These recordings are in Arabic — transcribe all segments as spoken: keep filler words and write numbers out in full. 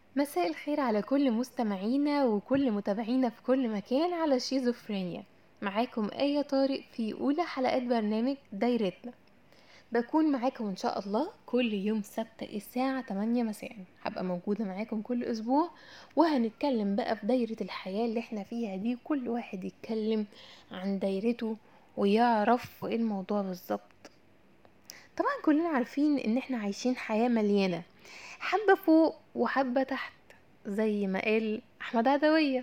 مساء الخير على كل مستمعينا وكل متابعينا في كل مكان على شيزوفرينيا. معاكم آية طارق في أولى حلقات برنامج دايرتنا. بكون معاكم إن شاء الله كل يوم سبت الساعة تمانية مساء. هبقى موجودة معاكم كل أسبوع، وهنتكلم بقى في دايرة الحياة اللي احنا فيها دي، كل واحد يتكلم عن دايرته ويعرف ايه الموضوع بالظبط. طبعا كلنا عارفين ان احنا عايشين حياة مليانة، حبة فوق وحبة تحت، زي ما قال احمد عدوية.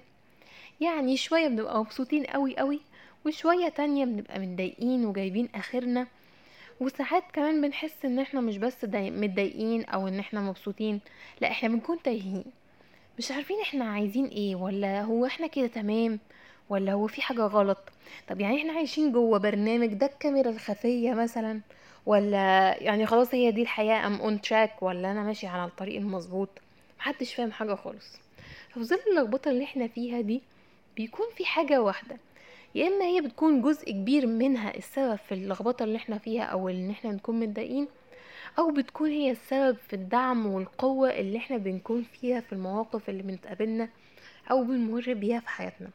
يعني شوية بنبقى مبسوطين قوي قوي، وشوية تانية بنبقى متضايقين وجايبين اخرنا، وساعات كمان بنحس ان احنا مش بس داي- متضايقين او ان احنا مبسوطين، لا احنا بنكون تايهين، مش عارفين احنا عايزين ايه، ولا هو احنا كده تمام، ولا هو في حاجة غلط. طب يعني احنا عايشين جوه برنامج ده الكاميرا الخفية مثلا، ولا يعني خلاص هي دي الحياة ام اون تراك، ولا انا ماشي على الطريق المظبوط؟ محدش فاهم حاجة خالص. ففي ظل اللخبطة اللي احنا فيها دي، بيكون في حاجة واحدة، يا اما هي بتكون جزء كبير منها السبب في اللخبطة اللي احنا فيها او ان احنا نكون متضايقين، او بتكون هي السبب في الدعم والقوة اللي احنا بنكون فيها في المواقف اللي بنتقابلنا او بنمر بيها في حياتنا.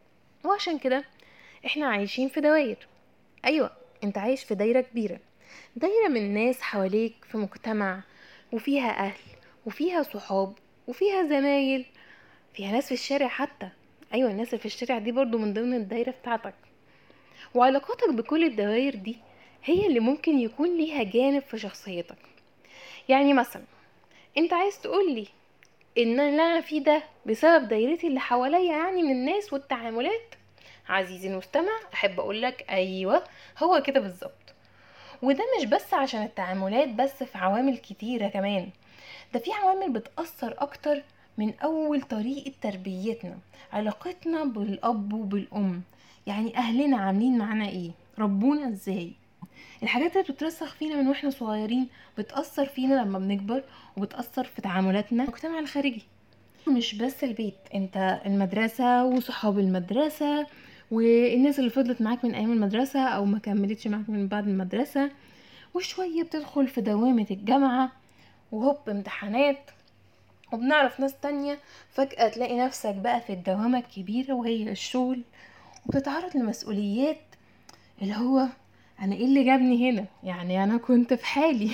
وعشان كده احنا عايشين في دوائر. ايوه، انت عايش في دايرة كبيرة، دايرة من ناس حواليك في مجتمع، وفيها اهل، وفيها صحاب، وفيها زمايل، فيها ناس في الشارع حتى. ايوه، الناس اللي في الشارع دي برضو من ضمن الدايرة بتاعتك. وعلاقاتك بكل الدوائر دي هي اللي ممكن يكون ليها جانب في شخصيتك. يعني مثلا انت عايز تقولي ان اللي انا فيه ده بسبب دايرتي اللي حواليا، يعني من الناس والتعاملات؟ عزيزي المستمع، احب اقولك ايوه، هو كده بالظبط. وده مش بس عشان التعاملات بس، في عوامل كتيرة كمان. ده في عوامل بتأثر اكتر، من اول طريقة تربيتنا، علاقتنا بالاب وبالام. يعني اهلنا عاملين معانا ايه، ربونا ازاي، الحاجات اللي بتترسخ فينا من واحنا صغيرين بتأثر فينا لما بنكبر، وبتأثر في تعاملاتنا المجتمع الخارجي. مش بس البيت، انت المدرسة وصحاب المدرسة، والناس اللي فضلت معاك من ايام المدرسة او ما كملتش معاك من بعد المدرسة، وشوية بتدخل في دوامة الجامعة، وهوب امتحانات، وبنعرف ناس تانية. فجأة تلاقي نفسك بقى في الدوامة الكبيرة وهي الشغل، وبتتعرض لمسؤوليات، اللي هو انا ايه اللي جابني هنا، يعني انا كنت في حالي.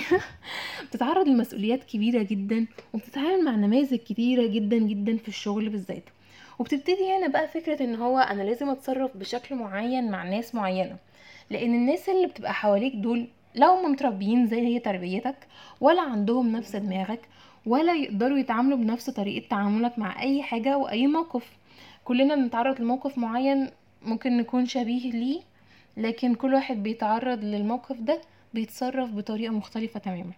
بتتعرض لمسؤوليات كبيرة جدا، وبتتعامل مع نماذج كتيرة جدا جدا في الشغل بالذات. وبتبتدي هنا بقى فكرة ان هو انا لازم اتصرف بشكل معين مع ناس معينة، لان الناس اللي بتبقى حواليك دول لا هم متربيين زي هي تربيتك، ولا عندهم نفس دماغك، ولا يقدروا يتعاملوا بنفس طريقة تعاملك مع اي حاجة واي موقف. كلنا بنتعرض لموقف معين، ممكن نكون شبيه ليه، لكن كل واحد بيتعرض للموقف ده بيتصرف بطريقة مختلفة تماما.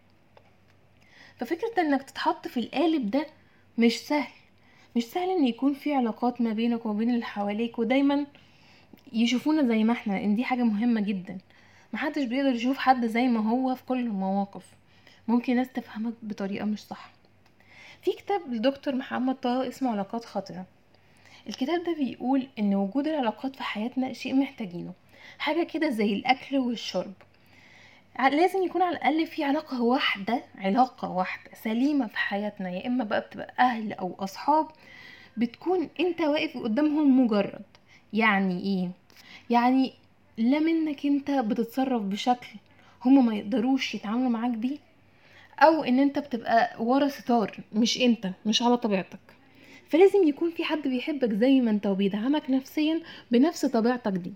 ففكرة انك تتحط في القالب ده مش سهل. مش سهل ان يكون في علاقات ما بينك وما بين اللي حواليك، ودايما يشوفونا زي ما احنا، ان دي حاجة مهمة جدا. محدش بيقدر يشوف حد زي ما هو في كل المواقف، ممكن ناس تفهمك بطريقة مش صح. في كتاب لدكتور محمد طه اسمه علاقات خاطئة. الكتاب ده بيقول ان وجود العلاقات في حياتنا شيء محتاجينه، حاجة كده زي الاكل والشرب. ع- لازم يكون على الاقل في علاقة واحدة، علاقة واحدة سليمة في حياتنا، يا اما بقى بتبقى اهل او اصحاب، بتكون انت واقف قدامهم مجرد. يعني ايه؟ يعني لا منك انت بتتصرف بشكل هما ما يقدروش يتعاملوا معاك بيه، او ان انت بتبقى ورا ستار مش انت، مش على طبيعتك. فلازم يكون في حد بيحبك زي ما انت وبيدعمك نفسيا بنفس طبيعتك دي.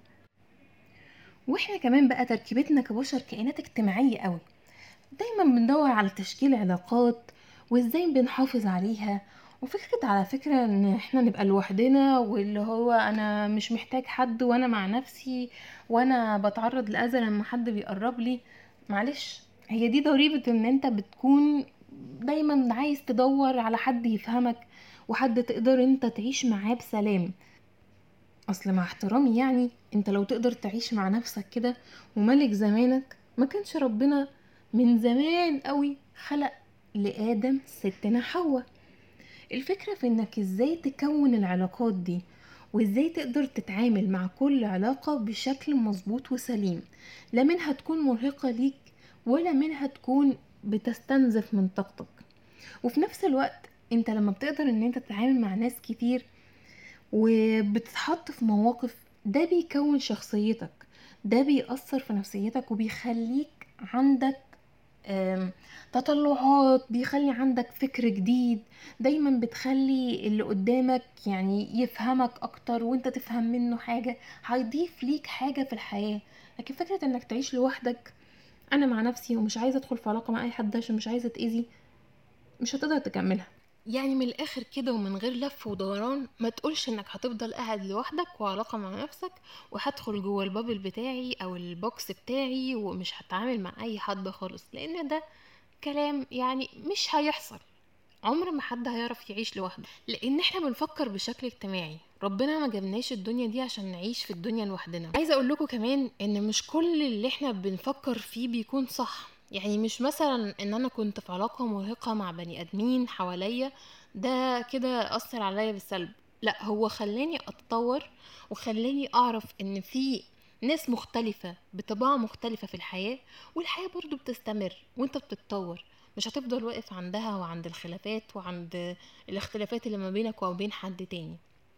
واحنا كمان بقى تركيبتنا كبشر كائنات اجتماعية قوي، دايما بندور على تشكيل علاقات وازاي بنحافظ عليها. وفكرة على فكرة ان احنا نبقى لوحدنا، واللي هو انا مش محتاج حد وانا مع نفسي، وانا بتعرض لأذى لما حد بيقرب لي. معلش، هي دي ضريبة ان انت بتكون دايما عايز تدور على حد يفهمك، وحد تقدر انت تعيش معاه بسلام. اصل مع احترامي، يعني انت لو تقدر تعيش مع نفسك كده وملك زمانك، ما كانش ربنا من زمان قوي خلق لآدم ستنا حواء. الفكرة في انك ازاي تكون العلاقات دي، وازاي تقدر تتعامل مع كل علاقة بشكل مظبوط وسليم، لا منها تكون مرهقة ليك، ولا منها تكون بتستنزف من طاقتك. وفي نفس الوقت انت لما بتقدر ان انت تتعامل مع ناس كتير وبتتحط في مواقف، ده بيكون شخصيتك، ده بيأثر في نفسيتك وبيخليك عندك آم، تطلعات، بيخلي عندك فكر جديد، دايما بتخلي اللي قدامك يعني يفهمك اكتر وانت تفهم منه حاجة، هيضيف ليك حاجة في الحياة. لكن فكرة انك تعيش لوحدك، انا مع نفسي ومش عايزة ادخل في علاقة مع اي حد عشان مش عايزة اتأذي، مش هتقدر تكملها. يعني من الاخر كده ومن غير لف ودوران، ما تقولش انك هتفضل قاعد لوحدك وعلاقة مع نفسك وهدخل جوه البابل بتاعي او البوكس بتاعي ومش هتعامل مع اي حد خالص، لان ده كلام يعني مش هيحصل. عمر ما حد هيعرف يعيش لوحده، لان احنا بنفكر بشكل اجتماعي. ربنا ما جابناش الدنيا دي عشان نعيش في الدنيا لوحدنا. عايزه اقول لكم كمان ان مش كل اللي احنا بنفكر فيه بيكون صح. يعني مش مثلا ان انا كنت في علاقه مرهقه مع بني ادمين حواليا ده كده اثر عليا بالسلب، لا، هو خلاني اتطور وخلاني اعرف ان في ناس مختلفة بطباع مختلفة في الحياة، والحياة برضو بتستمر وانت بتتطور، مش هتفضل واقف عندها وعند الخلافات وعند الاختلافات اللي ما بينك وبين حد تاني.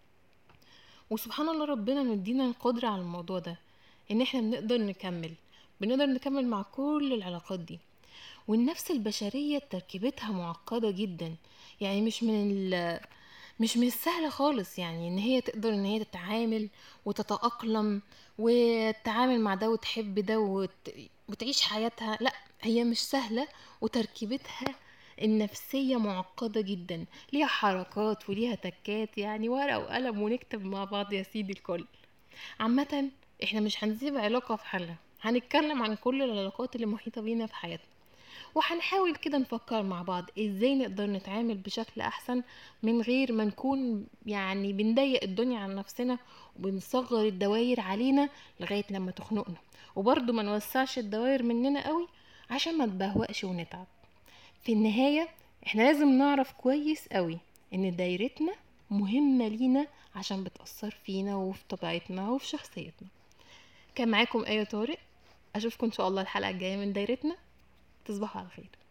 وسبحان الله ربنا مدينا القدرة على الموضوع ده، ان احنا بنقدر نكمل بنقدر نكمل مع كل العلاقات دي. والنفس البشرية تركيبتها معقدة جدا، يعني مش من ال مش من السهل خالص، يعني ان هي تقدر ان هي تتعامل وتتأقلم وتتعامل مع ده وتحب ده وت... وتعيش حياتها، لا، هي مش سهلة. وتركيبتها النفسية معقدة جدا، ليها حركات وليها تكات، يعني ورقة وقلم ونكتب مع بعض يا سيدي الكل. عامة احنا مش هنسيب علاقة في حالها، هنتكلم عن كل العلاقات اللي محيطة بينا في حياتنا، وهنحاول كده نفكر مع بعض ازاي نقدر نتعامل بشكل احسن من غير ما نكون يعني بنضيق الدنيا على نفسنا وبنصغر الدوائر علينا لغاية لما تخنقنا، وبرضه ما نوسعش الدوائر مننا قوي عشان ما نبهوأش ونتعب. في النهاية احنا لازم نعرف كويس قوي ان دايرتنا مهمة لينا عشان بتأثر فينا وفي طبيعتنا وفي شخصيتنا. كان معاكم آية طارق، اشوفكم ان شاء الله الحلقة الجاية من دايرتنا. تصبحوا على خير.